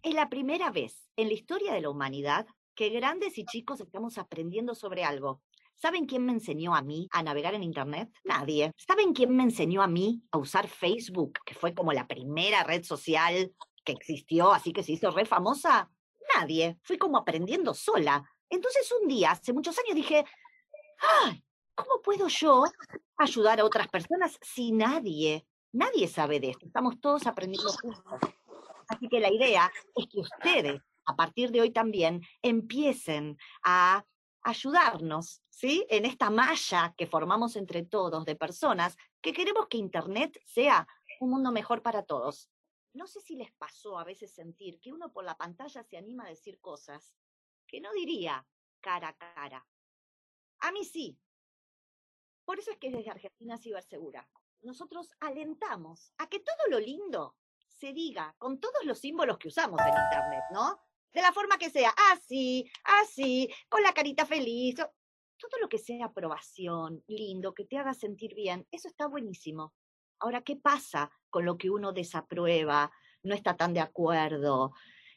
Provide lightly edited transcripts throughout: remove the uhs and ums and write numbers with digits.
Es la primera vez en la historia de la humanidad que grandes y chicos estamos aprendiendo sobre algo. ¿Saben quién me enseñó a mí a navegar en Internet? Nadie. ¿Saben quién me enseñó a mí a usar Facebook, que fue como la primera red social que existió, así que se hizo re famosa? Nadie. Fui como aprendiendo sola. Entonces un día, hace muchos años, dije, ¡ay! ¿Cómo puedo yo ayudar a otras personas si nadie sabe de esto? Estamos todos aprendiendo juntos. Así que la idea es que ustedes, a partir de hoy también, empiecen a ayudarnos, ¿sí? En esta malla que formamos entre todos de personas que queremos que Internet sea un mundo mejor para todos. No sé si les pasó a veces sentir que uno por la pantalla se anima a decir cosas que no diría cara a cara. A mí sí. Por eso es que desde Argentina Cibersegura nosotros alentamos a que todo lo lindo se diga con todos los símbolos que usamos en Internet, ¿no? De la forma que sea, así, así, con la carita feliz. Todo lo que sea aprobación, lindo, que te haga sentir bien, eso está buenísimo. Ahora, ¿qué pasa con lo que uno desaprueba, no está tan de acuerdo?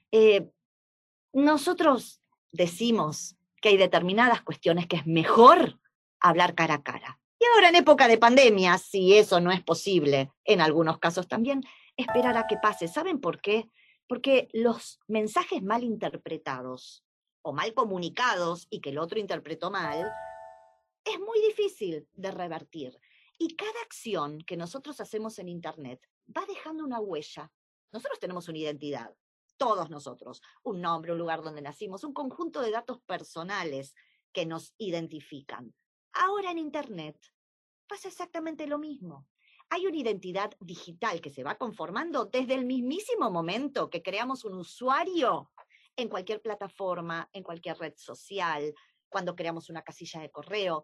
Nosotros decimos que hay determinadas cuestiones que es mejor hablar cara a cara. Y ahora en época de pandemia, si eso no es posible, en algunos casos también, esperar a que pase. ¿Saben por qué? Porque los mensajes mal interpretados o mal comunicados y que el otro interpretó mal, es muy difícil de revertir. Y cada acción que nosotros hacemos en Internet va dejando una huella. Nosotros tenemos una identidad, todos nosotros, un nombre, un lugar donde nacimos, un conjunto de datos personales que nos identifican. Ahora en Internet pasa exactamente lo mismo. Hay una identidad digital que se va conformando desde el mismísimo momento que creamos un usuario en cualquier plataforma, en cualquier red social, cuando creamos una casilla de correo.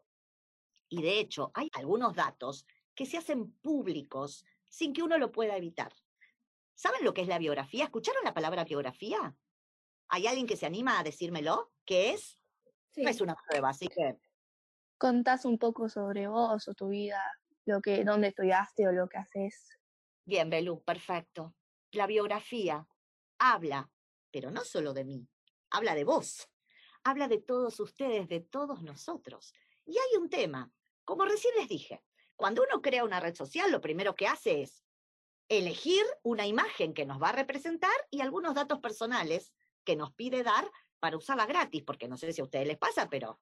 Y de hecho, hay algunos datos que se hacen públicos sin que uno lo pueda evitar. ¿Saben lo que es la biografía? ¿Escucharon la palabra biografía? ¿Hay alguien que se anima a decírmelo? ¿Qué es? No es Sí. una prueba, así que ¿Contás un poco sobre vos o tu vida, dónde estudiaste o lo que haces? bien, Belú, perfecto. La biografía habla, pero no solo de mí, habla de vos, habla de todos ustedes, de todos nosotros. Y hay un tema, como recién les dije, cuando uno crea una red social, lo primero que hace es elegir una imagen que nos va a representar y algunos datos personales que nos pide dar para usarla gratis, porque no sé si a ustedes les pasa, pero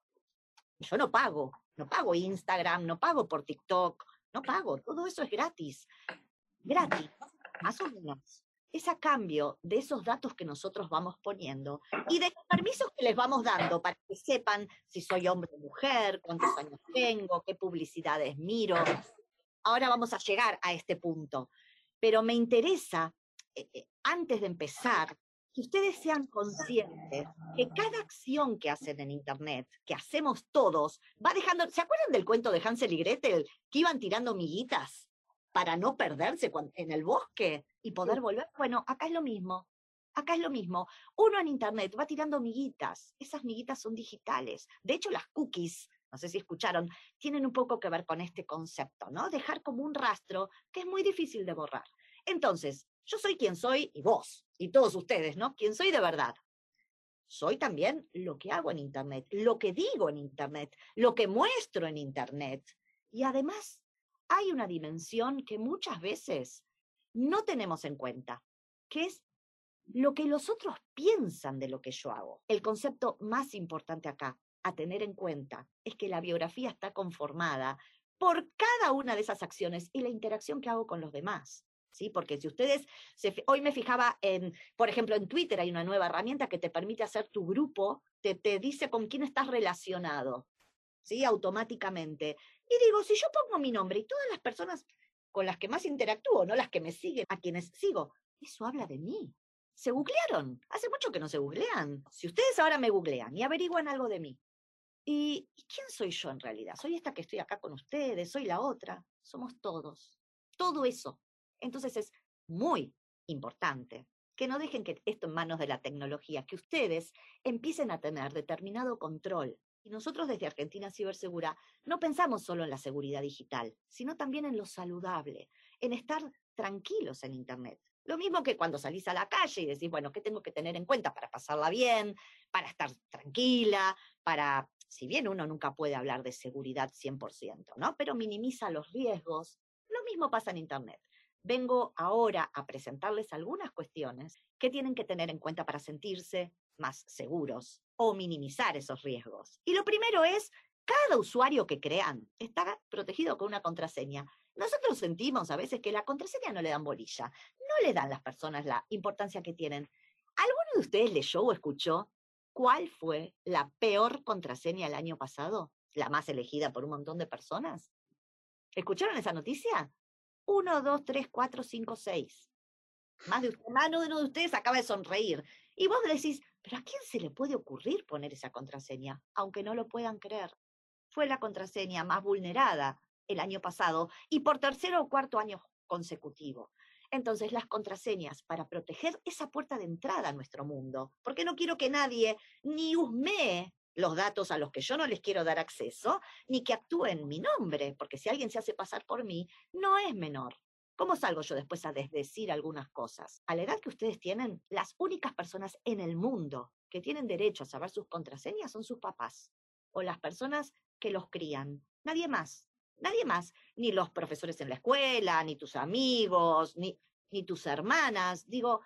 yo no pago Instagram, no pago por TikTok, no pago, todo eso es gratis, gratis, más o menos. Es a cambio de esos datos que nosotros vamos poniendo y de los permisos que les vamos dando para que sepan si soy hombre o mujer, cuántos años tengo, qué publicidades miro. Ahora vamos a llegar a este punto, pero me interesa, antes de empezar, que ustedes sean conscientes que cada acción que hacen en Internet, que hacemos todos, va dejando. ¿Se acuerdan del cuento de Hansel y Gretel, que iban tirando miguitas para no perderse en el bosque y poder volver? Bueno, acá es lo mismo. Acá es lo mismo. Uno en Internet va tirando miguitas. Esas miguitas son digitales. De hecho, las cookies, no sé si escucharon, tienen un poco que ver con este concepto, ¿no? Dejar como un rastro que es muy difícil de borrar. Entonces, yo soy quien soy y vos, y todos ustedes, ¿no? Quien soy de verdad. Soy también lo que hago en Internet, lo que digo en Internet, lo que muestro en Internet. Y además, hay una dimensión que muchas veces no tenemos en cuenta, que es lo que los otros piensan de lo que yo hago. El concepto más importante acá a tener en cuenta es que la biografía está conformada por cada una de esas acciones y la interacción que hago con los demás. ¿Sí? Porque si ustedes, hoy me fijaba por ejemplo, en Twitter hay una nueva herramienta que te permite hacer tu grupo, te dice con quién estás relacionado, ¿sí? Automáticamente. Y digo, si yo pongo mi nombre y todas las personas con las que más interactúo, no las que me siguen, a quienes sigo, eso habla de mí. ¿Se googlearon? Hace mucho que no se googlean. Si ustedes ahora me googlean y averiguan algo de mí, ¿y quién soy yo en realidad? Soy esta que estoy acá con ustedes, soy la otra, somos todos. Todo eso. Entonces es muy importante que no dejen que esto en manos de la tecnología, que ustedes empiecen a tener determinado control. Y nosotros desde Argentina Cibersegura no pensamos solo en la seguridad digital, sino también en lo saludable, en estar tranquilos en Internet. Lo mismo que cuando salís a la calle y decís, bueno, ¿qué tengo que tener en cuenta para pasarla bien, para estar tranquila, para, si bien uno nunca puede hablar de seguridad 100%, ¿no? Pero minimiza los riesgos. Lo mismo pasa en Internet. Vengo ahora a presentarles algunas cuestiones que tienen que tener en cuenta para sentirse más seguros o minimizar esos riesgos. Y lo primero es, cada usuario que crean está protegido con una contraseña. Nosotros sentimos a veces que la contraseña no le dan bolilla, no le dan las personas la importancia que tienen. ¿Alguno de ustedes leyó o escuchó cuál fue la peor contraseña el año pasado? La más elegida por un montón de personas. ¿Escucharon esa noticia? 1, 2, 3, 4, 5, 6. Más de uno de ustedes acaba de sonreír. Y vos decís, ¿pero a quién se le puede ocurrir poner esa contraseña? Aunque no lo puedan creer. Fue la contraseña más vulnerada el año pasado y por tercer o cuarto año consecutivo. Entonces, las contraseñas para proteger esa puerta de entrada a nuestro mundo, porque no quiero que nadie ni husmee los datos a los que yo no les quiero dar acceso, ni que actúe en mi nombre, porque si alguien se hace pasar por mí, no es menor. ¿Cómo salgo yo después a desdecir algunas cosas? A la edad que ustedes tienen, las únicas personas en el mundo que tienen derecho a saber sus contraseñas son sus papás o las personas que los crían. Nadie más. Nadie más. Ni los profesores en la escuela, ni tus amigos, ni tus hermanas. Digo,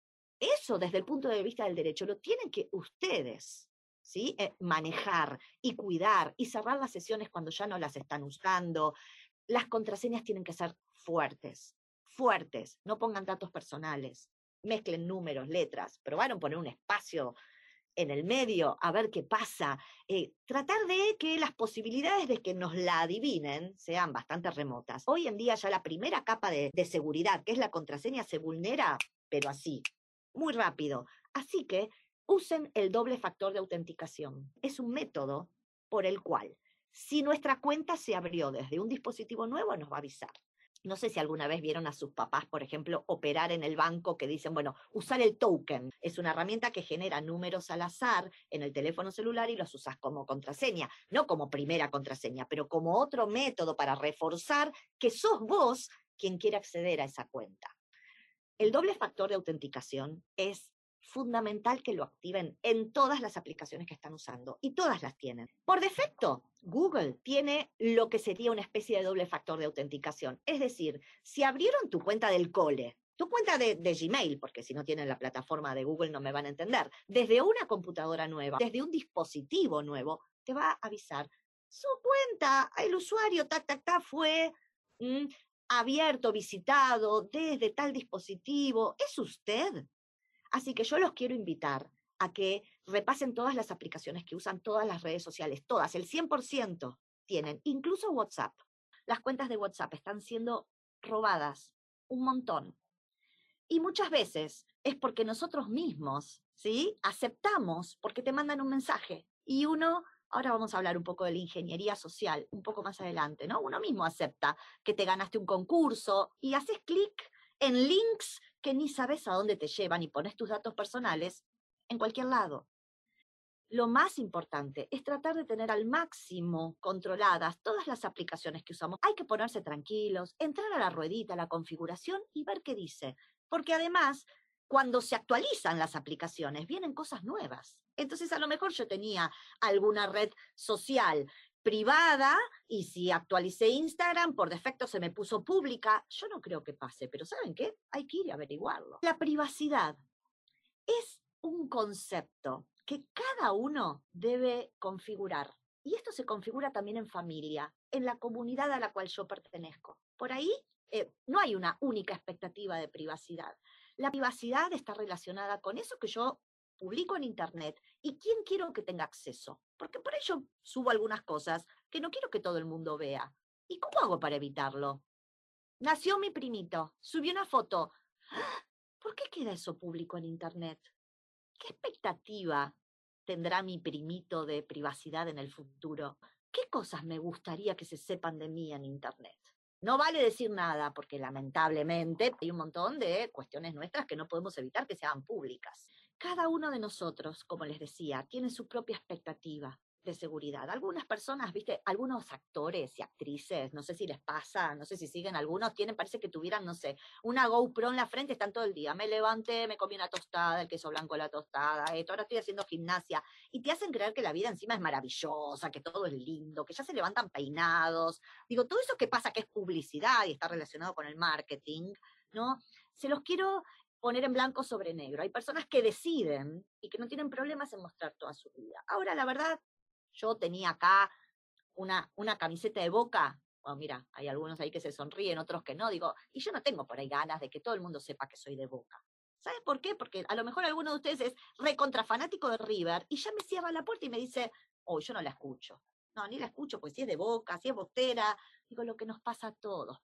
eso desde el punto de vista del derecho lo tienen que ustedes, ¿sí? Manejar y cuidar y cerrar las sesiones cuando ya no las están usando. Las contraseñas tienen que ser fuertes, fuertes. No pongan datos personales. Mezclen números, letras. Probaron poner un espacio en el medio, a ver qué pasa. Tratar de que las posibilidades de que nos la adivinen sean bastante remotas. Hoy en día ya la primera capa de seguridad, que es la contraseña, se vulnera, pero así, muy rápido. Así que usen el doble factor de autenticación. Es un método por el cual, si nuestra cuenta se abrió desde un dispositivo nuevo, nos va a avisar. No sé si alguna vez vieron a sus papás, por ejemplo, operar en el banco que dicen, bueno, usar el token. Es una herramienta que genera números al azar en el teléfono celular y los usas como contraseña. No como primera contraseña, pero como otro método para reforzar que sos vos quien quiere acceder a esa cuenta. El doble factor de autenticación es fundamental que lo activen en todas las aplicaciones que están usando, y todas las tienen. Por defecto, Google tiene lo que sería una especie de doble factor de autenticación. Es decir, si abrieron tu cuenta del cole, tu cuenta de Gmail, porque si no tienen la plataforma de Google no me van a entender, desde una computadora nueva, desde un dispositivo nuevo, te va a avisar su cuenta, el usuario, fue abierto, visitado desde tal dispositivo. ¿Es usted? Así que yo los quiero invitar a que repasen todas las aplicaciones que usan, todas las redes sociales, todas, el 100% tienen, incluso WhatsApp. Las cuentas de WhatsApp están siendo robadas un montón. Y muchas veces es porque nosotros mismos, ¿sí? Aceptamos porque te mandan un mensaje y uno, ahora vamos a hablar un poco de la ingeniería social, un poco más adelante, ¿no? Uno mismo acepta que te ganaste un concurso y haces clic en links que ni sabes a dónde te llevan y pones tus datos personales en cualquier lado. Lo más importante es tratar de tener al máximo controladas todas las aplicaciones que usamos. Hay que ponerse tranquilos, entrar a la ruedita, a la configuración y ver qué dice. Porque además, cuando se actualizan las aplicaciones, vienen cosas nuevas. Entonces, a lo mejor yo tenía alguna red social privada y si actualicé Instagram, por defecto se me puso pública. Yo no creo que pase, pero ¿saben qué? Hay que ir a averiguarlo. La privacidad es un concepto que cada uno debe configurar. Y esto se configura también en familia, en la comunidad a la cual yo pertenezco. Por ahí no hay una única expectativa de privacidad. La privacidad está relacionada con eso que yo publico en Internet y quién quiero que tenga acceso. Porque por ello subo algunas cosas que no quiero que todo el mundo vea. ¿Y cómo hago para evitarlo? Nació mi primito, subió una foto. ¿Por qué queda eso público en Internet? ¿Qué expectativa tendrá mi primito de privacidad en el futuro? ¿Qué cosas me gustaría que se sepan de mí en Internet? No vale decir nada, porque lamentablemente hay un montón de cuestiones nuestras que no podemos evitar que sean públicas. Cada uno de nosotros, como les decía, tiene su propia expectativa de seguridad. Algunas personas, viste, algunos actores y actrices, no sé si les pasa, no sé si siguen algunos, parece que tuvieran, no sé, una GoPro en la frente, están todo el día. Me levanté, me comí una tostada, el queso blanco de la tostada, ahora estoy haciendo gimnasia. Y te hacen creer que la vida encima es maravillosa, que todo es lindo, que ya se levantan peinados. Digo, todo eso que pasa que es publicidad y está relacionado con el marketing, ¿no? Se los quiero poner en blanco sobre negro. Hay personas que deciden y que no tienen problemas en mostrar toda su vida. Ahora, la verdad, yo tenía acá una camiseta de Boca. Bueno, mira, hay algunos ahí que se sonríen, otros que no. Digo, y yo no tengo por ahí ganas de que todo el mundo sepa que soy de Boca. ¿Sabes por qué? Porque a lo mejor alguno de ustedes es recontrafanático de River y ya me cierra la puerta y me dice, oh, yo no la escucho. No, ni la escucho, pues si es de Boca, si es bostera. Digo, lo que nos pasa a todos,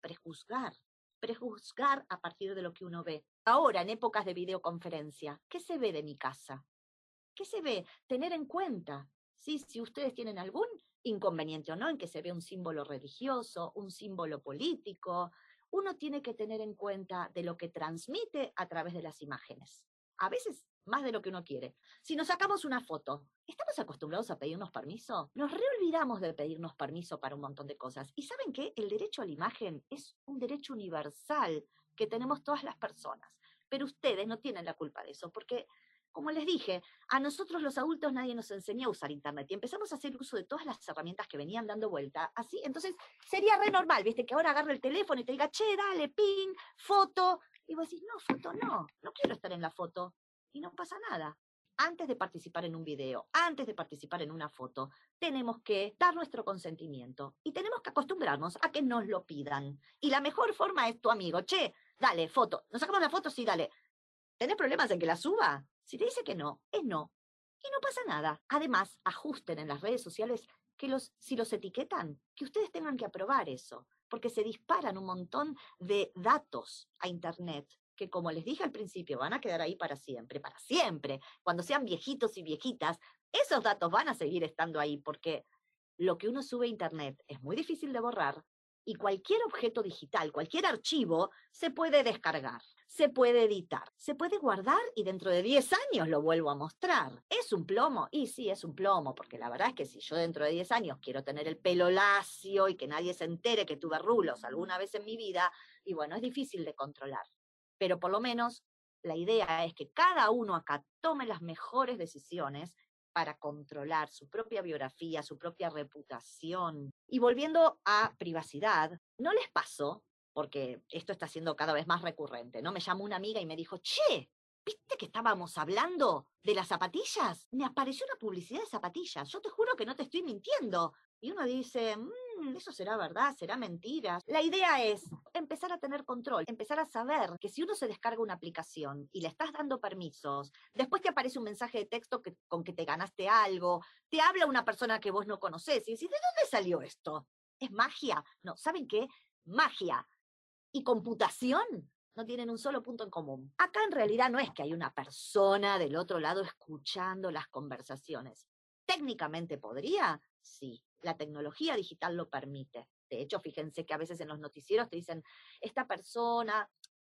prejuzgar a partir de lo que uno ve. Ahora, en épocas de videoconferencia, ¿qué se ve de mi casa? ¿Qué se ve? Tener en cuenta, ¿sí? Si ustedes tienen algún inconveniente o no en que se ve un símbolo religioso, un símbolo político, uno tiene que tener en cuenta de lo que transmite a través de las imágenes. A veces más de lo que uno quiere. Si nos sacamos una foto, ¿estamos acostumbrados a pedirnos permiso? Nos reolvidamos de pedirnos permiso para un montón de cosas. ¿Y saben qué? El derecho a la imagen es un derecho universal que tenemos todas las personas. Pero ustedes no tienen la culpa de eso, porque, como les dije, a nosotros los adultos nadie nos enseñó a usar Internet y empezamos a hacer uso de todas las herramientas que venían dando vuelta, así, entonces sería re normal, ¿viste? Que ahora agarre el teléfono y te diga, che, dale, ping, foto, y vos decís, no, foto no quiero estar en la foto, y no pasa nada. Antes de participar en un video, antes de participar en una foto, tenemos que dar nuestro consentimiento y tenemos que acostumbrarnos a que nos lo pidan. Y la mejor forma es tu amigo, che, dale, foto, ¿nos sacamos la foto? Sí, dale. ¿Tenés problemas en que la suba? Si te dice que no, es no. Y no pasa nada. Además, ajusten en las redes sociales que si los etiquetan, que ustedes tengan que aprobar eso, porque se disparan un montón de datos a Internet que, como les dije al principio, van a quedar ahí para siempre, para siempre. Cuando sean viejitos y viejitas, esos datos van a seguir estando ahí, porque lo que uno sube a Internet es muy difícil de borrar y cualquier objeto digital, cualquier archivo, se puede descargar, se puede editar, se puede guardar y dentro de 10 años lo vuelvo a mostrar. ¿Es un plomo? Y sí, es un plomo, porque la verdad es que si yo dentro de 10 años quiero tener el pelo lacio y que nadie se entere que tuve rulos alguna vez en mi vida, y bueno, es difícil de controlar. Pero por lo menos la idea es que cada uno acá tome las mejores decisiones para controlar su propia biografía, su propia reputación. Y volviendo a privacidad, ¿no les pasó? Porque esto está siendo cada vez más recurrente, ¿no? Me llamó una amiga y me dijo, che, ¿viste que estábamos hablando de las zapatillas? Me apareció una publicidad de zapatillas. Yo te juro que no te estoy mintiendo. Y uno dice, ¿eso será verdad? ¿Será mentira? La idea es empezar a tener control, empezar a saber que si uno se descarga una aplicación y le estás dando permisos, después te aparece un mensaje de texto con que te ganaste algo, te habla una persona que vos no conocés y decís, ¿de dónde salió esto? ¿Es magia? No, ¿saben qué? Magia y computación no tienen un solo punto en común. Acá en realidad no es que hay una persona del otro lado escuchando las conversaciones. ¿Técnicamente podría? Sí, la tecnología digital lo permite. De hecho, fíjense que a veces en los noticieros te dicen, esta persona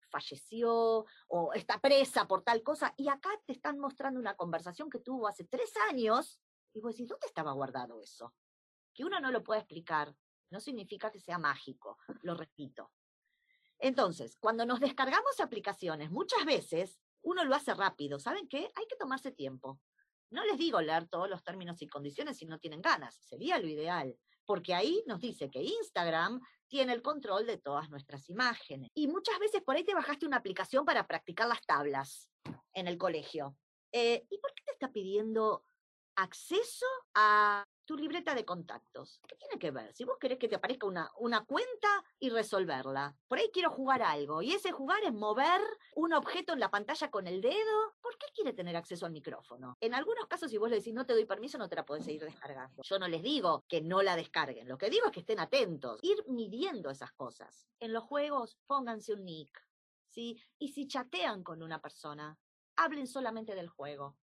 falleció o está presa por tal cosa, y acá te están mostrando una conversación que tuvo hace 3 años, y vos decís, ¿dónde estaba guardado eso? Que uno no lo pueda explicar no significa que sea mágico, lo repito. Entonces, cuando nos descargamos aplicaciones, muchas veces uno lo hace rápido. ¿Saben qué? Hay que tomarse tiempo. No les digo leer todos los términos y condiciones si no tienen ganas. Sería lo ideal. Porque ahí nos dice que Instagram tiene el control de todas nuestras imágenes. Y muchas veces por ahí te bajaste una aplicación para practicar las tablas en el colegio. ¿Y por qué te está pidiendo acceso a tu libreta de contactos? ¿Qué tiene que ver? Si vos querés que te aparezca una cuenta y resolverla. Por ahí quiero jugar algo, y ese jugar es mover un objeto en la pantalla con el dedo. ¿Por qué quiere tener acceso al micrófono? En algunos casos, si vos le decís no te doy permiso, no te la podés seguir descargando. Yo no les digo que no la descarguen, lo que digo es que estén atentos, ir midiendo esas cosas. En los juegos, pónganse un nick, ¿sí? Y si chatean con una persona, hablen solamente del juego.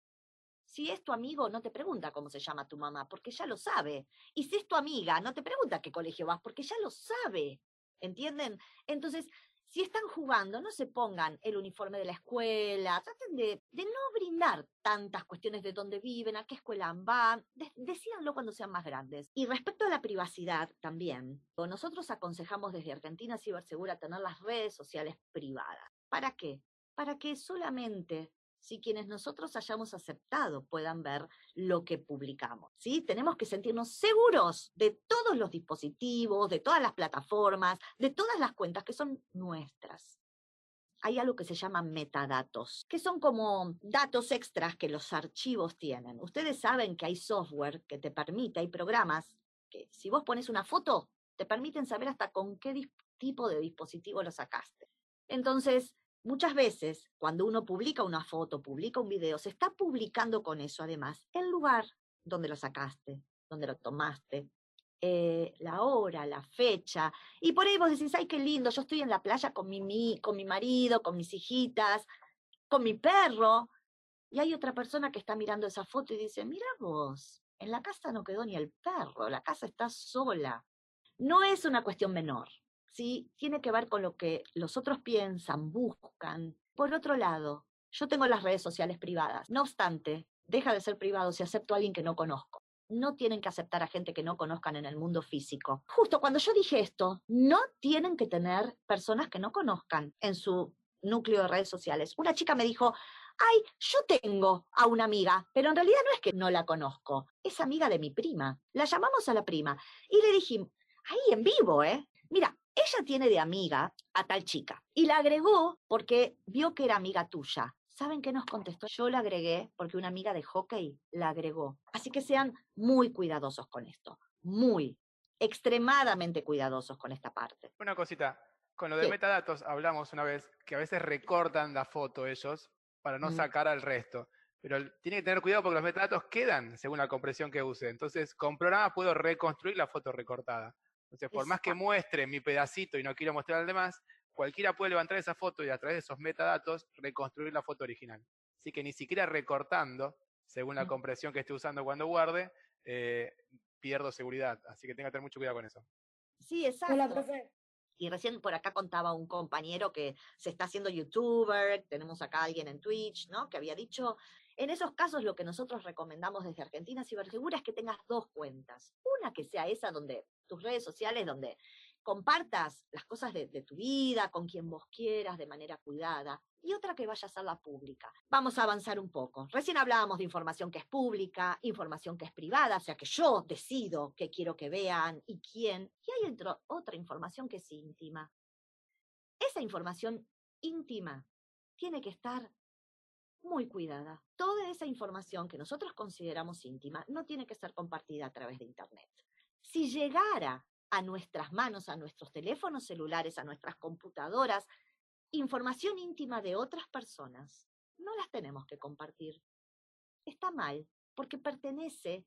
Si es tu amigo, no te pregunta cómo se llama tu mamá, porque ya lo sabe. Y si es tu amiga, no te pregunta a qué colegio vas, porque ya lo sabe. ¿Entienden? Entonces, Si están jugando, no se pongan el uniforme de la escuela, traten de no brindar tantas cuestiones de dónde viven, a qué escuela van, decídanlo cuando sean más grandes. Y respecto a la privacidad también, nosotros aconsejamos desde Argentina Cibersegura tener las redes sociales privadas. ¿Para qué? Para que solamente si quienes nosotros hayamos aceptado puedan ver lo que publicamos, ¿sí? Tenemos que sentirnos seguros de todos los dispositivos, de todas las plataformas, de todas las cuentas que son nuestras. Hay algo que se llama metadatos, que son como datos extras que los archivos tienen. Ustedes saben que hay software que te permite, hay programas que si vos pones una foto, te permiten saber hasta con qué tipo de dispositivo lo sacaste. Entonces, muchas veces, cuando uno publica una foto, publica un video, se está publicando con eso, además, el lugar donde lo sacaste, donde lo tomaste, la hora, la fecha. Y por ahí vos decís, ay, qué lindo, yo estoy en la playa con mi marido, con mis hijitas, con mi perro. Y hay otra persona que está mirando esa foto y dice, mira vos, en la casa no quedó ni el perro, la casa está sola. No es una cuestión menor. ¿Sí? Tiene que ver con lo que los otros piensan, buscan. Por otro lado, yo tengo las redes sociales privadas. No obstante, deja de ser privado si acepto a alguien que no conozco. No tienen que aceptar a gente que no conozcan en el mundo físico. Justo cuando yo dije esto, no tienen que tener personas que no conozcan en su núcleo de redes sociales. Una chica me dijo, ay, yo tengo a una amiga, pero en realidad no es que no la conozco, es amiga de mi prima. La llamamos a la prima y le dijimos, ahí en vivo, mira, ella tiene de amiga a tal chica y la agregó porque vio que era amiga tuya. ¿Saben qué nos contestó? Yo la agregué porque una amiga de hockey la agregó. Así que sean muy cuidadosos con esto, muy, extremadamente cuidadosos con esta parte. Una cosita, con lo de ¿Qué? metadatos hablamos una vez que a veces recortan la foto ellos para no sacar al resto. Pero tiene que tener cuidado porque los metadatos quedan según la compresión que use. Entonces, con programa puedo reconstruir la foto recortada. Entonces, por más que muestre mi pedacito y no quiero mostrar al demás, cualquiera puede levantar esa foto y a través de esos metadatos reconstruir la foto original. Así que ni siquiera recortando, según la compresión que esté usando cuando guarde, pierdo seguridad. Así que tenga que tener mucho cuidado con eso. Sí, exacto. Hola, profe. Y recién por acá contaba un compañero que se está haciendo youtuber, tenemos acá a alguien en Twitch, ¿no? Que había dicho, en esos casos lo que nosotros recomendamos desde Argentina Cibersegura es que tengas dos cuentas. Una que sea esa donde, tus redes sociales, donde compartas las cosas de tu vida, con quien vos quieras, de manera cuidada, y otra que vaya a ser la pública. Vamos a avanzar un poco. Recién hablábamos de información que es pública, información que es privada, o sea que yo decido qué quiero que vean y quién, y hay otra información que es íntima. Esa información íntima tiene que estar muy cuidada. Toda esa información que nosotros consideramos íntima no tiene que ser compartida a través de Internet. Si llegara a nuestras manos, a nuestros teléfonos celulares, a nuestras computadoras, información íntima de otras personas, no las tenemos que compartir. Está mal, porque pertenece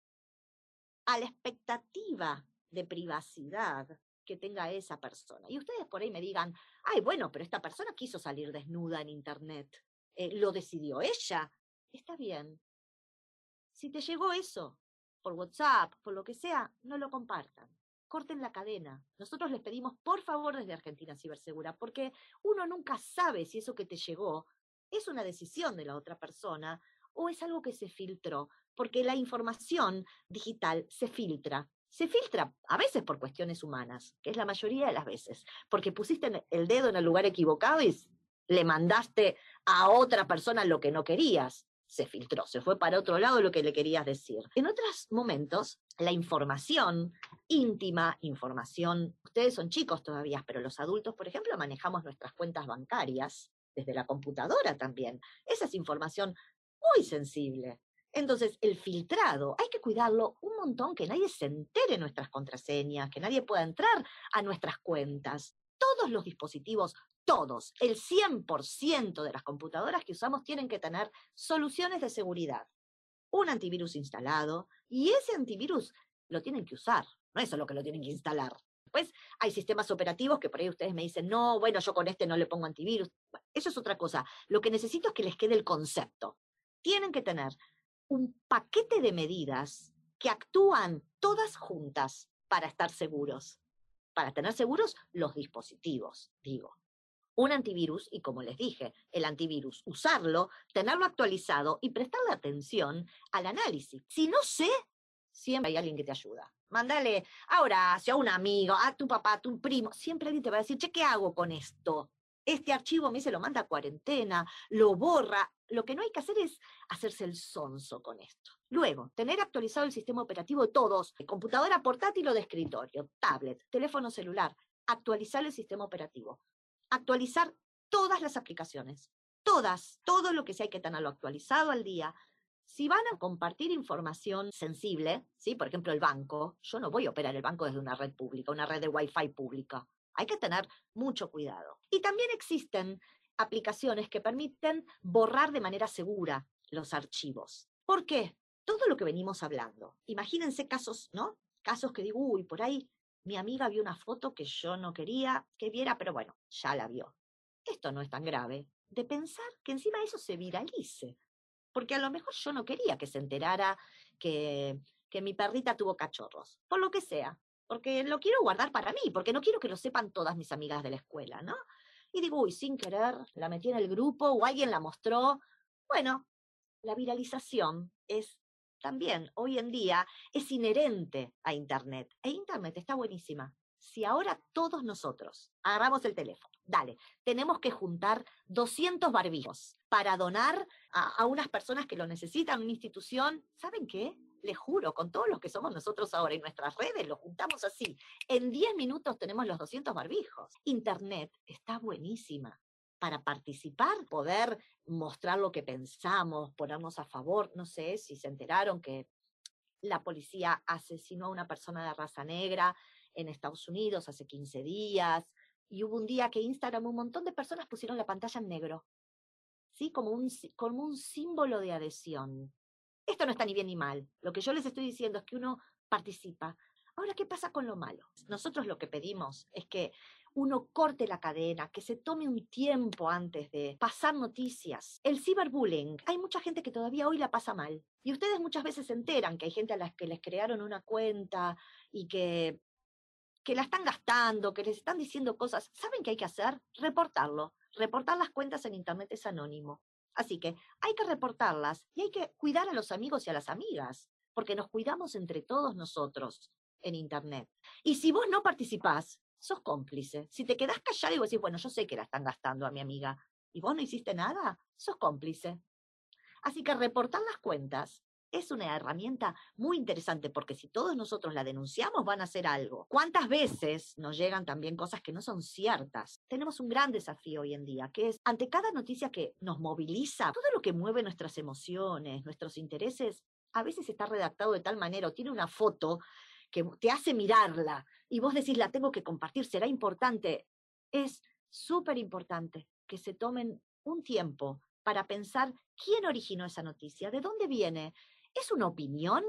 a la expectativa de privacidad que tenga esa persona. Y ustedes por ahí me digan, ay, bueno, pero esta persona quiso salir desnuda en Internet. Lo decidió ella. Está bien. Si te llegó eso, por WhatsApp, por lo que sea, no lo compartan. Corten la cadena. Nosotros les pedimos, por favor, desde Argentina Cibersegura, porque uno nunca sabe si eso que te llegó es una decisión de la otra persona o es algo que se filtró, porque la información digital se filtra. Se filtra a veces por cuestiones humanas, que es la mayoría de las veces, porque pusiste el dedo en el lugar equivocado y le mandaste a otra persona lo que no querías. Se filtró, se fue para otro lado lo que le querías decir. En otros momentos, la información íntima, información, ustedes son chicos todavía, pero los adultos, por ejemplo, manejamos nuestras cuentas bancarias desde la computadora también. Esa es información muy sensible. Entonces, el filtrado hay que cuidarlo un montón, que nadie se entere nuestras contraseñas, que nadie pueda entrar a nuestras cuentas. Todos los dispositivos, todos, el 100% de las computadoras que usamos tienen que tener soluciones de seguridad. Un antivirus instalado, y ese antivirus lo tienen que usar, no es solo que lo tienen que instalar. Después hay sistemas operativos que por ahí ustedes me dicen, no, bueno, yo con este no le pongo antivirus. Bueno, eso es otra cosa. Lo que necesito es que les quede el concepto. Tienen que tener un paquete de medidas que actúan todas juntas para estar seguros, para tener seguros los dispositivos, digo. Un antivirus, y como les dije, el antivirus, usarlo, tenerlo actualizado y prestarle atención al análisis. Si no sé, siempre hay alguien que te ayuda. Mándale a Horacio, a un amigo, a tu papá, a tu primo. Siempre alguien te va a decir, che, ¿qué hago con esto? Este archivo a mí se lo manda a cuarentena, lo borra. Lo que no hay que hacer es hacerse el sonso con esto. Luego, tener actualizado el sistema operativo de todos, computadora portátil o de escritorio, tablet, teléfono celular, actualizar el sistema operativo. Actualizar todas las aplicaciones, todas, todo lo que sea hay que tenerlo actualizado al día. Si van a compartir información sensible, ¿sí? Por ejemplo, el banco, yo no voy a operar el banco desde una red pública, una red de Wi-Fi pública. Hay que tener mucho cuidado. Y también existen aplicaciones que permiten borrar de manera segura los archivos. ¿Por qué? Todo lo que venimos hablando. Imagínense casos, ¿no? Casos que digo, uy, por ahí mi amiga vio una foto que yo no quería que viera, pero bueno, ya la vio. Esto no es tan grave de pensar que encima eso se viralice. Porque a lo mejor yo no quería que se enterara que mi perrita tuvo cachorros, por lo que sea. Porque lo quiero guardar para mí, porque no quiero que lo sepan todas mis amigas de la escuela, ¿no? Y digo, uy, sin querer, la metí en el grupo o alguien la mostró. Bueno, la viralización es también, hoy en día, es inherente a Internet. E Internet está buenísima. Si ahora todos nosotros agarramos el teléfono, dale, tenemos que juntar 200 barbijos para donar a unas personas que lo necesitan, una institución, ¿saben qué? Les juro, con todos los que somos nosotros ahora en nuestras redes, lo juntamos así. En 10 minutos tenemos los 200 barbijos. Internet está buenísima para participar, poder mostrar lo que pensamos, ponernos a favor. No sé si se enteraron que la policía asesinó a una persona de raza negra en Estados Unidos hace 15 días, y hubo un día que Instagram, un montón de personas pusieron la pantalla en negro, ¿sí? Como un símbolo de adhesión. Esto no está ni bien ni mal. Lo que yo les estoy diciendo es que uno participa. Ahora, ¿qué pasa con lo malo? Nosotros lo que pedimos es que uno corte la cadena, que se tome un tiempo antes de pasar noticias. El ciberbullying, hay mucha gente que todavía hoy la pasa mal. Y ustedes muchas veces se enteran que hay gente a las que les crearon una cuenta y que la están gastando, que les están diciendo cosas. ¿Saben qué hay que hacer? Reportarlo. Reportar las cuentas en Internet es anónimo. Así que hay que reportarlas y hay que cuidar a los amigos y a las amigas, porque nos cuidamos entre todos nosotros en Internet. Y si vos no participás, sos cómplice. Si te quedás callado y vos decís, bueno, yo sé que la están gastando a mi amiga, y vos no hiciste nada, sos cómplice. Así que reportar las cuentas es una herramienta muy interesante, porque si todos nosotros la denunciamos, van a hacer algo. ¿Cuántas veces nos llegan también cosas que no son ciertas? Tenemos un gran desafío hoy en día, que es, ante cada noticia que nos moviliza, todo lo que mueve nuestras emociones, nuestros intereses, a veces está redactado de tal manera o tiene una foto que te hace mirarla y vos decís, la tengo que compartir, será importante. Es súper importante que se tomen un tiempo para pensar quién originó esa noticia, de dónde viene. ¿Es una opinión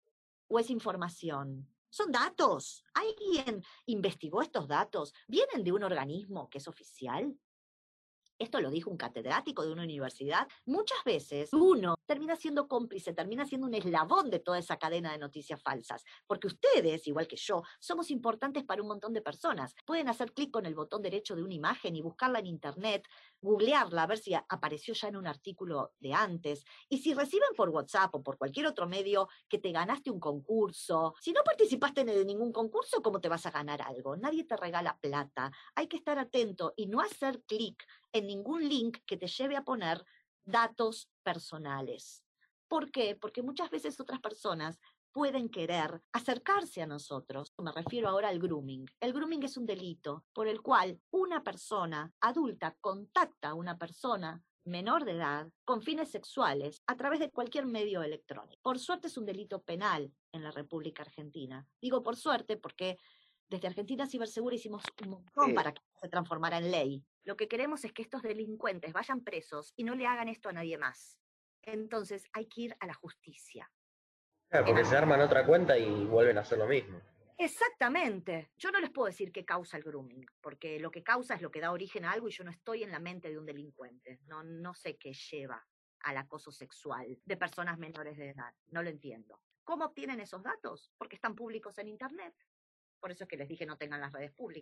o es información? ¿Son datos? ¿Alguien investigó estos datos? ¿Vienen de un organismo que es oficial? Esto lo dijo un catedrático de una universidad. Muchas veces uno termina siendo cómplice, termina siendo un eslabón de toda esa cadena de noticias falsas, porque ustedes, igual que yo, somos importantes para un montón de personas. Pueden hacer clic con el botón derecho de una imagen y buscarla en Internet, googlearla, a ver si apareció ya en un artículo de antes. Y si reciben por WhatsApp o por cualquier otro medio que te ganaste un concurso, si no participaste en ningún concurso, ¿cómo te vas a ganar algo? Nadie te regala plata. Hay que estar atento y no hacer clic en ningún link que te lleve a poner datos personales. ¿Por qué? Porque muchas veces otras personas pueden querer acercarse a nosotros. Me refiero ahora al grooming. El grooming es un delito por el cual una persona adulta contacta a una persona menor de edad con fines sexuales a través de cualquier medio electrónico. Por suerte es un delito penal en la República Argentina. Digo por suerte porque desde Argentina Cibersegura hicimos un montón para que se transformara en ley. Lo que queremos es que estos delincuentes vayan presos y no le hagan esto a nadie más. Entonces hay que ir a la justicia. Claro, porque se arman otra cuenta y vuelven a hacer lo mismo. Exactamente. Yo no les puedo decir qué causa el grooming, porque lo que causa es lo que da origen a algo y yo no estoy en la mente de un delincuente. No sé qué lleva al acoso sexual de personas menores de edad. No lo entiendo. ¿Cómo obtienen esos datos? Porque están públicos en Internet. Por eso es que les dije no tengan las redes públicas.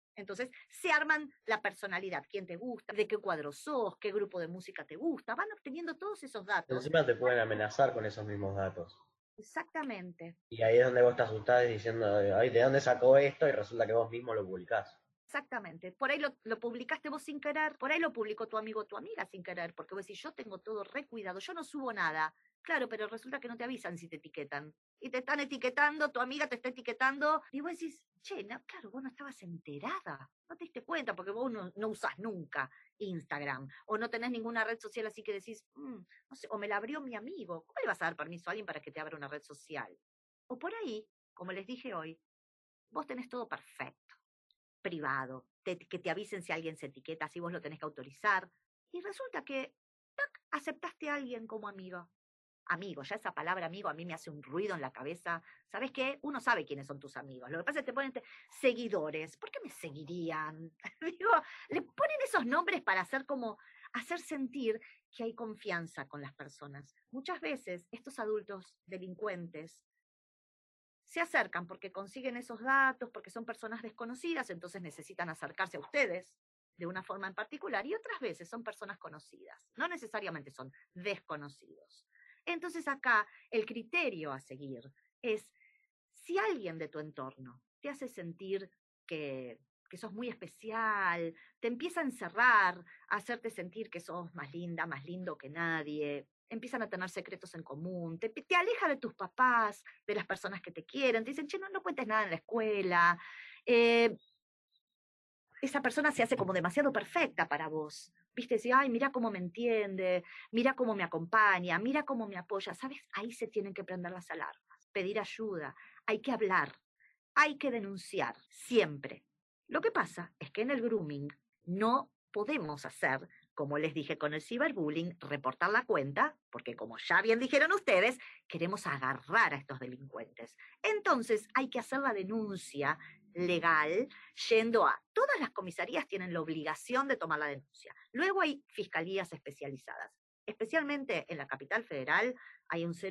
Entonces se arman la personalidad, quién te gusta, de qué cuadro sos, qué grupo de música te gusta, van obteniendo todos esos Pero datos. encima te pueden amenazar con esos mismos datos. Exactamente. Y ahí es donde vos te asustás diciendo, ay, ¿de dónde sacó esto? Y resulta que vos mismo lo publicás. Exactamente. Por ahí lo publicaste vos sin querer, por ahí lo publicó tu amigo o tu amiga sin querer, porque vos decís, yo tengo todo recuidado, yo no subo nada. Claro, pero resulta que no te avisan si te etiquetan. Y te están etiquetando, tu amiga te está etiquetando, y vos decís, che, no, claro, vos no estabas enterada, no te diste cuenta, porque vos no usás nunca Instagram, o no tenés ninguna red social, así que decís, no sé, o me la abrió mi amigo. ¿Cómo le vas a dar permiso a alguien para que te abra una red social? O por ahí, como les dije hoy, vos tenés todo perfecto, privado, que te avisen si alguien se etiqueta, si vos lo tenés que autorizar, y resulta que ¡tac!, aceptaste a alguien como amigo. Amigo, ya esa palabra amigo a mí me hace un ruido en la cabeza. ¿Sabes qué? Uno sabe quiénes son tus amigos. Lo que pasa es que te ponen seguidores. ¿Por qué me seguirían? Digo, le ponen esos nombres para hacer sentir que hay confianza con las personas. Muchas veces estos adultos delincuentes se acercan porque consiguen esos datos, porque son personas desconocidas, entonces necesitan acercarse a ustedes de una forma en particular, y otras veces son personas conocidas, no necesariamente son desconocidos. Entonces acá el criterio a seguir es, si alguien de tu entorno te hace sentir que sos muy especial, te empieza a encerrar, a hacerte sentir que sos más linda, más lindo que nadie, empiezan a tener secretos en común, te aleja de tus papás, de las personas que te quieren, te dicen, che, no cuentes nada en la escuela, esa persona se hace como demasiado perfecta para vos. ¿Viste? Decís, ay, mira cómo me entiende, mira cómo me acompaña, mira cómo me apoya. ¿Sabes? Ahí se tienen que prender las alarmas, pedir ayuda, hay que hablar, hay que denunciar, siempre. Lo que pasa es que en el grooming no podemos hacer, como les dije con el ciberbullying, reportar la cuenta, porque como ya bien dijeron ustedes, queremos agarrar a estos delincuentes. Entonces hay que hacer la denuncia legal, yendo a todas las comisarías tienen la obligación de tomar la denuncia. Luego hay fiscalías especializadas. Especialmente en la capital federal hay un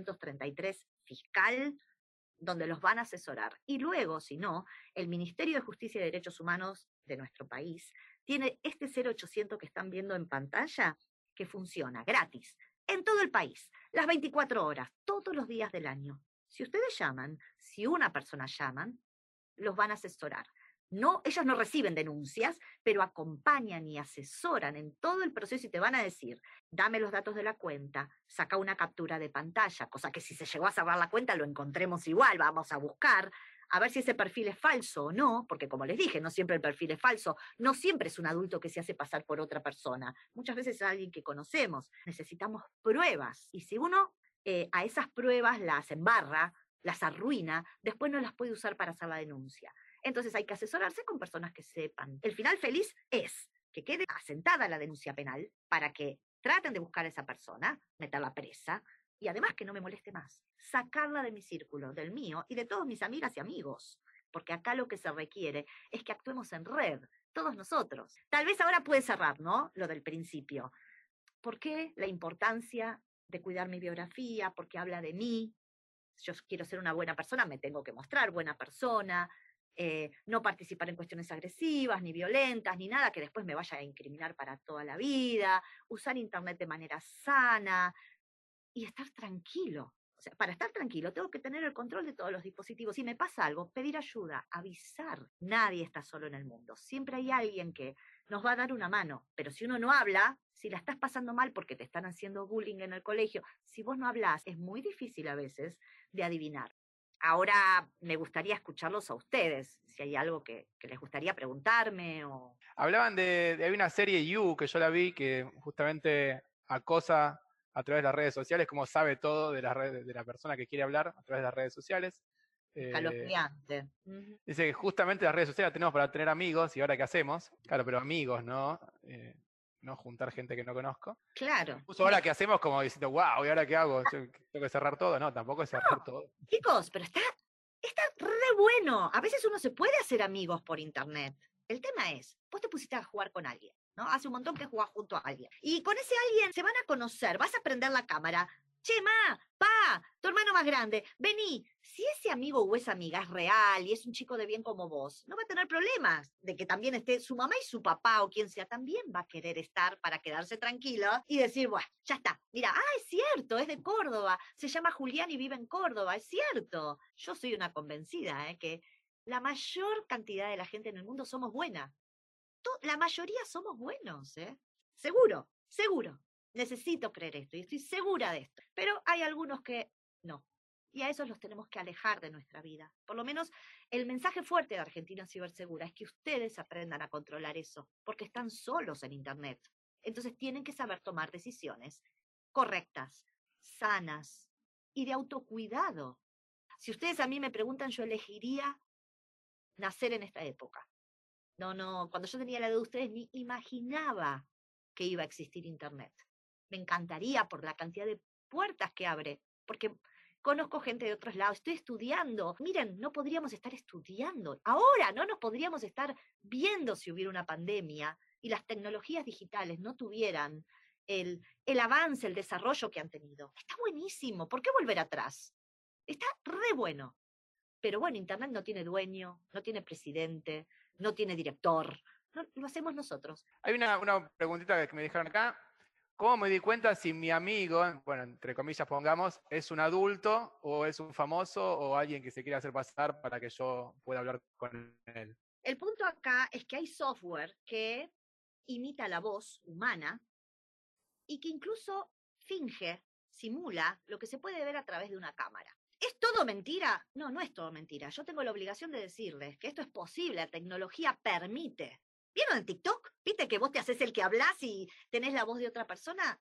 0833 fiscal donde los van a asesorar. Y luego, si no, el Ministerio de Justicia y Derechos Humanos de nuestro país tiene este 0800 que están viendo en pantalla, que funciona gratis en todo el país, las 24 horas, todos los días del año. Si ustedes llaman, si una persona llaman, los van a asesorar. No, ellos no reciben denuncias, pero acompañan y asesoran en todo el proceso y te van a decir, dame los datos de la cuenta, saca una captura de pantalla, cosa que si se llegó a cerrar la cuenta lo encontremos igual, vamos a buscar, a ver si ese perfil es falso o no, porque como les dije, no siempre el perfil es falso, no siempre es un adulto que se hace pasar por otra persona, muchas veces es alguien que conocemos, necesitamos pruebas, y si uno a esas pruebas las embarra, las arruina, después no las puede usar para hacer la denuncia. Entonces hay que asesorarse con personas que sepan. El final feliz es que quede asentada la denuncia penal para que traten de buscar a esa persona, meterla presa, y además que no me moleste más, sacarla de mi círculo, del mío y de todas mis amigas y amigos. Porque acá lo que se requiere es que actuemos en red, todos nosotros. Tal vez ahora puede cerrar, ¿no? Lo del principio. ¿Por qué la importancia de cuidar mi biografía? Porque habla de mí. Yo quiero ser una buena persona, me tengo que mostrar buena persona, no participar en cuestiones agresivas, ni violentas, ni nada que después me vaya a incriminar para toda la vida, usar internet de manera sana y estar tranquilo. O sea, para estar tranquilo tengo que tener el control de todos los dispositivos. Si me pasa algo, pedir ayuda, avisar. Nadie está solo en el mundo. Siempre hay alguien que nos va a dar una mano. Pero si uno no habla, si la estás pasando mal porque te están haciendo bullying en el colegio, si vos no hablas, es muy difícil a veces de adivinar. Ahora me gustaría escucharlos a ustedes, si hay algo que les gustaría preguntarme o... Hablaban hay una serie You que yo la vi que justamente acosa a través de las redes sociales, como sabe todo de la persona que quiere hablar a través de las redes sociales. Calofriante. Dice que justamente las redes sociales las tenemos para tener amigos, y ahora ¿qué hacemos? Claro, pero amigos, ¿no? No juntar gente que no conozco. Claro. Incluso ahora ¿qué hacemos? Como diciendo, wow, ¿y ahora qué hago? ¿Tengo que cerrar todo? No, tampoco es cerrar todo. Chicos, pero está re bueno. A veces uno se puede hacer amigos por internet. El tema es, vos te pusiste a jugar con alguien, ¿no? Hace un montón que jugás junto a alguien. Y con ese alguien se van a conocer, vas a prender la cámara. Che, ma, pa, tu hermano más grande, vení. Si ese amigo o esa amiga es real y es un chico de bien como vos, no va a tener problemas de que también esté su mamá y su papá o quien sea, también va a querer estar para quedarse tranquilo y decir, bueno, ya está. Mira, es cierto, es de Córdoba, se llama Julián y vive en Córdoba, es cierto. Yo soy una convencida, que la mayor cantidad de la gente en el mundo somos buena. La mayoría somos buenos, Seguro, seguro. Necesito creer esto y estoy segura de esto. Pero hay algunos que no. Y a esos los tenemos que alejar de nuestra vida. Por lo menos el mensaje fuerte de Argentina Cibersegura es que ustedes aprendan a controlar eso, porque están solos en Internet. Entonces tienen que saber tomar decisiones correctas, sanas y de autocuidado. Si ustedes a mí me preguntan, yo elegiría nacer en esta época. No, cuando yo tenía la edad de ustedes ni imaginaba que iba a existir Internet. Me encantaría por la cantidad de puertas que abre, porque conozco gente de otros lados, estoy estudiando. Miren, no podríamos estar estudiando. Ahora no nos podríamos estar viendo si hubiera una pandemia y las tecnologías digitales no tuvieran el avance, el desarrollo que han tenido. Está buenísimo. ¿Por qué volver atrás? Está re bueno. Pero bueno, Internet no tiene dueño, no tiene presidente, no tiene director. No, lo hacemos nosotros. Hay una preguntita que me dijeron acá. ¿Cómo me di cuenta si mi amigo, bueno, entre comillas pongamos, es un adulto o es un famoso o alguien que se quiere hacer pasar para que yo pueda hablar con él? El punto acá es que hay software que imita la voz humana y que incluso finge, simula lo que se puede ver a través de una cámara. ¿Es todo mentira? No, no es todo mentira. Yo tengo la obligación de decirles que esto es posible, la tecnología permite. ¿Vieron en TikTok? ¿Viste que vos te haces el que hablas y tenés la voz de otra persona?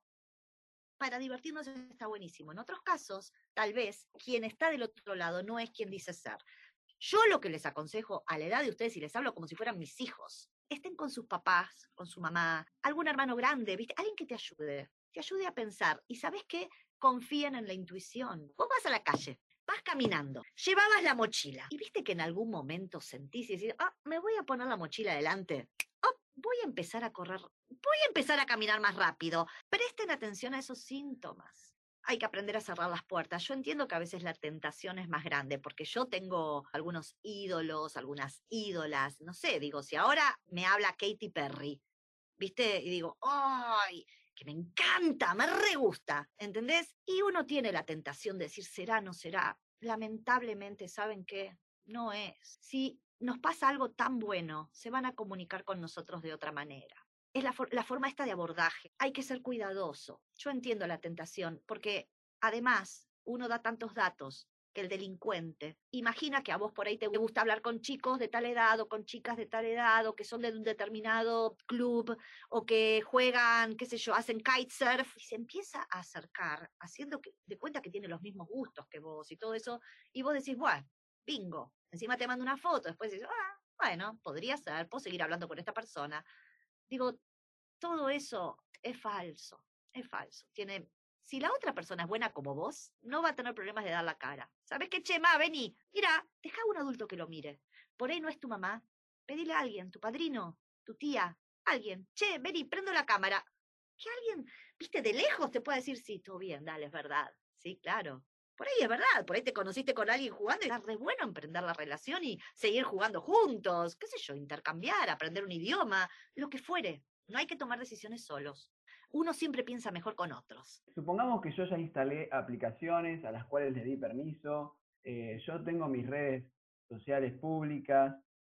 Para divertirnos está buenísimo. En otros casos, tal vez, quien está del otro lado no es quien dice ser. Yo lo que les aconsejo a la edad de ustedes, y les hablo como si fueran mis hijos, estén con sus papás, con su mamá, algún hermano grande, ¿viste? Alguien que te ayude a pensar. ¿Y sabés qué? Confíen en la intuición. Vos vas a la calle, vas caminando, llevabas la mochila, y viste que en algún momento sentís y decís, me voy a poner la mochila adelante. Voy a empezar a correr, voy a empezar a caminar más rápido. Presten atención a esos síntomas. Hay que aprender a cerrar las puertas. Yo entiendo que a veces la tentación es más grande, porque yo tengo algunos ídolos, algunas ídolas, no sé, digo, si ahora me habla Katy Perry, ¿viste? Y digo, ¡ay! Que me encanta, me re gusta, ¿entendés? Y uno tiene la tentación de decir, ¿será, no será? Lamentablemente, ¿saben qué? No es. Si nos pasa algo tan bueno, se van a comunicar con nosotros de otra manera. Es la forma esta de abordaje. Hay que ser cuidadoso. Yo entiendo la tentación, porque además uno da tantos datos que el delincuente imagina que a vos por ahí te gusta hablar con chicos de tal edad o con chicas de tal edad o que son de un determinado club o que juegan, qué sé yo, hacen kitesurf y se empieza a acercar haciendo de cuenta que tiene los mismos gustos que vos y todo eso y vos decís, bueno, bingo, encima te mando una foto, después dices, bueno, podría ser, puedo seguir hablando con esta persona. Digo, todo eso es falso, es falso. Si la otra persona es buena como vos, no va a tener problemas de dar la cara. ¿Sabes qué, Chema? Vení, mira, deja a un adulto que lo mire. Por ahí no es tu mamá. Pedile a alguien, tu padrino, tu tía, alguien. Che, vení, prendo la cámara. Que alguien, viste, de lejos te pueda decir, sí, todo bien, dale, es verdad. Sí, claro. Por ahí es verdad, por ahí te conociste con alguien jugando y está re bueno emprender la relación y seguir jugando juntos, qué sé yo, intercambiar, aprender un idioma, lo que fuere. No hay que tomar decisiones solos. Uno siempre piensa mejor con otros. Supongamos que yo ya instalé aplicaciones a las cuales le di permiso, yo tengo mis redes sociales públicas,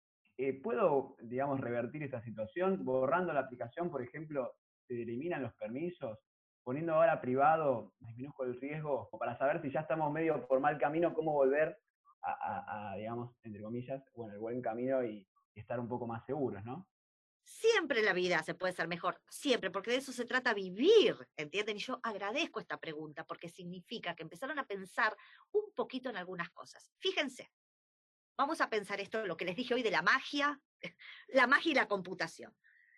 ¿puedo, digamos, revertir esta situación? Borrando la aplicación, por ejemplo, se eliminan los permisos, poniendo ahora privado, disminuzco el riesgo, para saber si ya estamos medio por mal camino, cómo volver a digamos, entre comillas, bueno, el buen camino y estar un poco más seguros, ¿no? Siempre en la vida se puede ser mejor, siempre, porque de eso se trata vivir, ¿entienden? Y yo agradezco esta pregunta porque significa que empezaron a pensar un poquito en algunas cosas. Fíjense, vamos a pensar esto, lo que les dije hoy de la magia y la computación.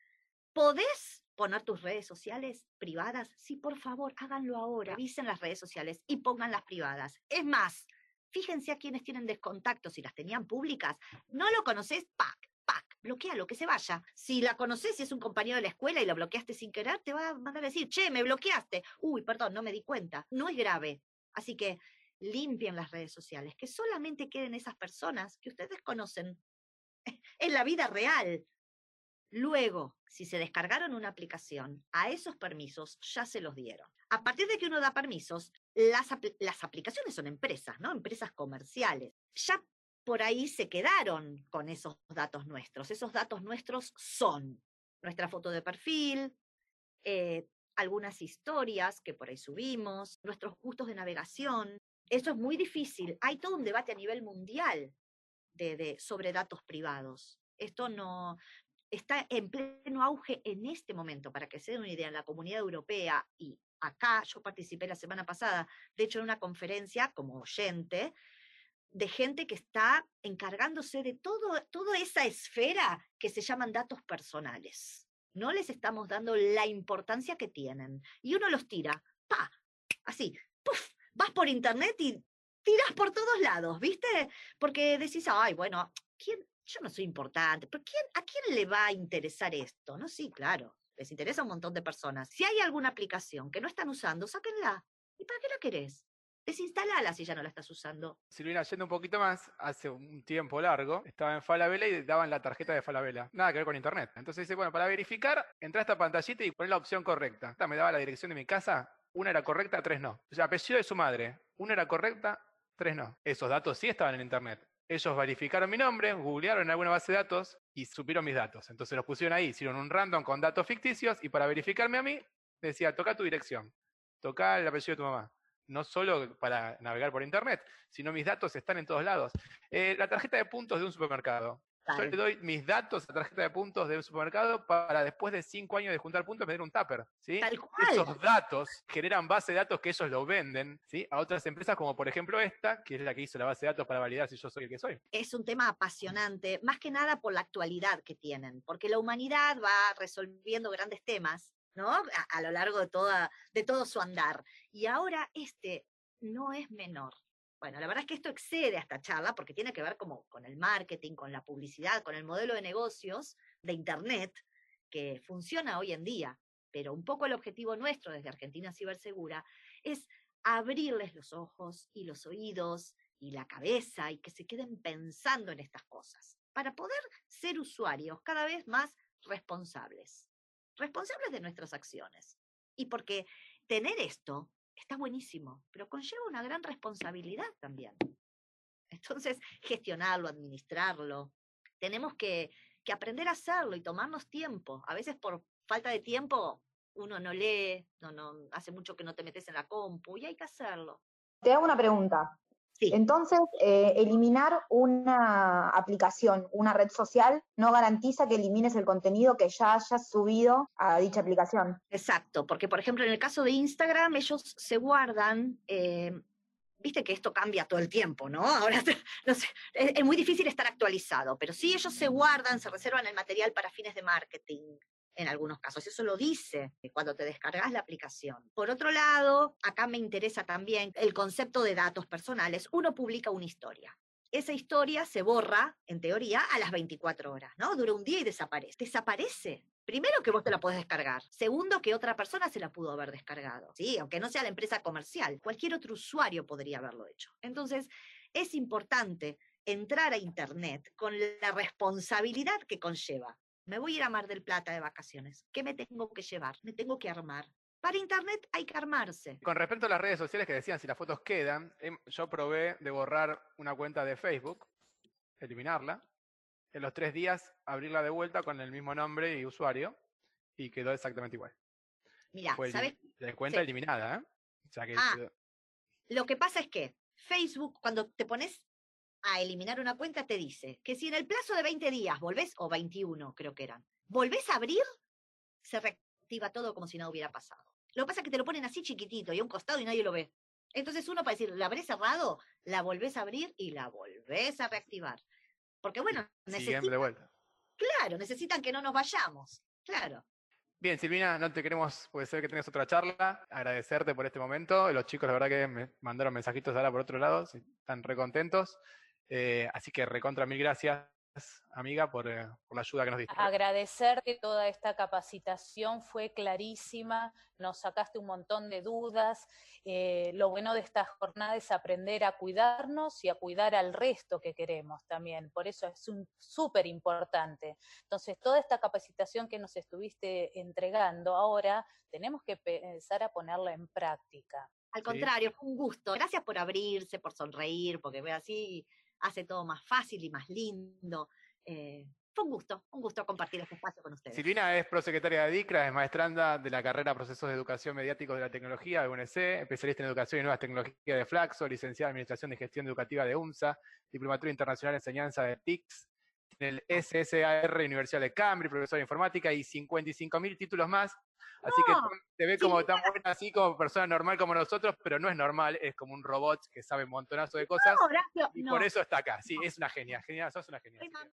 ¿Podés poner tus redes sociales privadas? Sí, por favor, háganlo ahora. Revisen las redes sociales y pónganlas privadas. Es más, fíjense a quienes tienen descontactos, si las tenían públicas. ¿No lo conocés? ¡Pac! bloquealo, que se vaya. Si la conoces, si es un compañero de la escuela y lo bloqueaste sin querer, te va a mandar a decir, che, me bloqueaste. Uy, perdón, no me di cuenta. No es grave. Así que limpien las redes sociales, que solamente queden esas personas que ustedes conocen en la vida real. Luego, si se descargaron una aplicación, a esos permisos ya se los dieron. A partir de que uno da permisos, las aplicaciones son empresas, ¿no? Empresas comerciales. Ya por ahí se quedaron con esos datos nuestros. Esos datos nuestros son nuestra foto de perfil, algunas historias que por ahí subimos, nuestros gustos de navegación. Eso es muy difícil. Hay todo un debate a nivel mundial sobre datos privados. Esto no está en pleno auge en este momento, para que se den una idea, en la Comunidad Europea y acá. Yo participé la semana pasada, de hecho, en una conferencia como oyente, de gente que está encargándose de toda esa esfera que se llaman datos personales. No les estamos dando la importancia que tienen. Y uno los tira, ¡pa! Así, ¡puf! Vas por internet y tirás por todos lados, ¿viste? Porque decís, ay, bueno, yo no soy importante, pero ¿a quién le va a interesar esto? No, sí, claro, les interesa a un montón de personas. Si hay alguna aplicación que no están usando, sáquenla. ¿Y para qué la querés? Desinstalala si ya no la estás usando. Silvina, yendo un poquito más, hace un tiempo largo, estaba en Falabella y daban la tarjeta de Falabella. Nada que ver con internet. Entonces dice, bueno, para verificar, entra a esta pantallita y poné la opción correcta. Me daba la dirección de mi casa, una era correcta, 3 no. O sea, apellido de su madre, una era correcta, 3 no. Esos datos sí estaban en internet. Ellos verificaron mi nombre, googlearon en alguna base de datos y supieron mis datos. Entonces los pusieron ahí, hicieron un random con datos ficticios y para verificarme a mí, decía, toca tu dirección, toca el apellido de tu mamá. No solo para navegar por internet, sino mis datos están en todos lados. La tarjeta de puntos de un supermercado. Yo le doy mis datos a la tarjeta de puntos de un supermercado para después de 5 años de juntar puntos vender un tupper, ¿sí? Tal cual. Esos datos generan base de datos que ellos lo venden, ¿sí? A otras empresas como por ejemplo esta, que es la que hizo la base de datos para validar si yo soy el que soy. Es un tema apasionante, más que nada por la actualidad que tienen, porque la humanidad va resolviendo grandes temas, ¿no? A lo largo de todo su andar. Y ahora este no es menor. Bueno, la verdad es que esto excede a esta charla porque tiene que ver como con el marketing, con la publicidad, con el modelo de negocios de Internet que funciona hoy en día. Pero un poco el objetivo nuestro desde Argentina Cibersegura es abrirles los ojos y los oídos y la cabeza y que se queden pensando en estas cosas para poder ser usuarios cada vez más responsables de nuestras acciones. Y porque tener esto está buenísimo, pero conlleva una gran responsabilidad también. Entonces, gestionarlo, administrarlo, tenemos que aprender a hacerlo y tomarnos tiempo. A veces por falta de tiempo uno no lee, no hace mucho que no te metes en la compu y hay que hacerlo. Te hago una pregunta. Sí. Entonces, eliminar una aplicación, una red social, no garantiza que elimines el contenido que ya hayas subido a dicha aplicación. Exacto, porque por ejemplo en el caso de Instagram ellos se guardan, viste que esto cambia todo el tiempo, ¿no? Ahora no sé, es muy difícil estar actualizado, pero sí ellos se guardan, se reservan el material para fines de marketing. En algunos casos, eso lo dice cuando te descargas la aplicación. Por otro lado, acá me interesa también el concepto de datos personales. Uno publica una historia. Esa historia se borra, en teoría, a las 24 horas, ¿no? Dura un día y desaparece. Desaparece. Primero, que vos te la podés descargar. Segundo, que otra persona se la pudo haber descargado, ¿sí? Aunque no sea la empresa comercial. Cualquier otro usuario podría haberlo hecho. Entonces, es importante entrar a Internet con la responsabilidad que conlleva. Me voy a ir a Mar del Plata de vacaciones. ¿Qué me tengo que llevar? Me tengo que armar. Para Internet hay que armarse. Con respecto a las redes sociales que decían si las fotos quedan, yo probé de borrar una cuenta de Facebook, eliminarla, en los 3 días abrirla de vuelta con el mismo nombre y usuario, y quedó exactamente igual. Mirá, ¿sabes? La cuenta eliminada, ¿eh? O sea que lo que pasa es que Facebook, cuando te pones a eliminar una cuenta, te dice que si en el plazo de 20 días volvés, o 21 creo que eran, volvés a abrir, se reactiva todo como si nada hubiera pasado. Lo que pasa es que te lo ponen así chiquitito y a un costado y nadie lo ve. Entonces uno para decir, la habré cerrado, la volvés a abrir y la volvés a reactivar. Porque bueno, de vuelta. Claro, necesitan que no nos vayamos. Claro. Bien, Silvina, no te queremos, puede ser que tengas otra charla, agradecerte por este momento. Los chicos, la verdad que me mandaron mensajitos ahora por otro lado, están recontentos. Así que recontra, mil gracias amiga, por la ayuda que nos diste. Agradecerte toda esta capacitación, fue clarísima, nos sacaste un montón de dudas. Lo bueno de esta jornada es aprender a cuidarnos y a cuidar al resto que queremos también, por eso es súper importante. Entonces, toda esta capacitación que nos estuviste entregando ahora, tenemos que empezar a ponerla en práctica. Al contrario, fue un gusto. Gracias por abrirse, por sonreír, porque así hace todo más fácil y más lindo. Fue un gusto compartir este espacio con ustedes. Silvina es prosecretaria de DICRA, es maestranda de la carrera Procesos de Educación Mediáticos de la Tecnología de UNC, especialista en Educación y Nuevas Tecnologías de Flaxo, licenciada en Administración de Gestión Educativa de UNSA, diplomatura internacional en Enseñanza de TICS, en el SSAR Universidad de Cambridge, profesora de informática y 55.000 títulos más. Así que te ve como tan buena, así como persona normal como nosotros, pero no es normal, es como un robot que sabe un montonazo de cosas. Horacio, y por eso está acá. Sí, es una genia, sos una genia.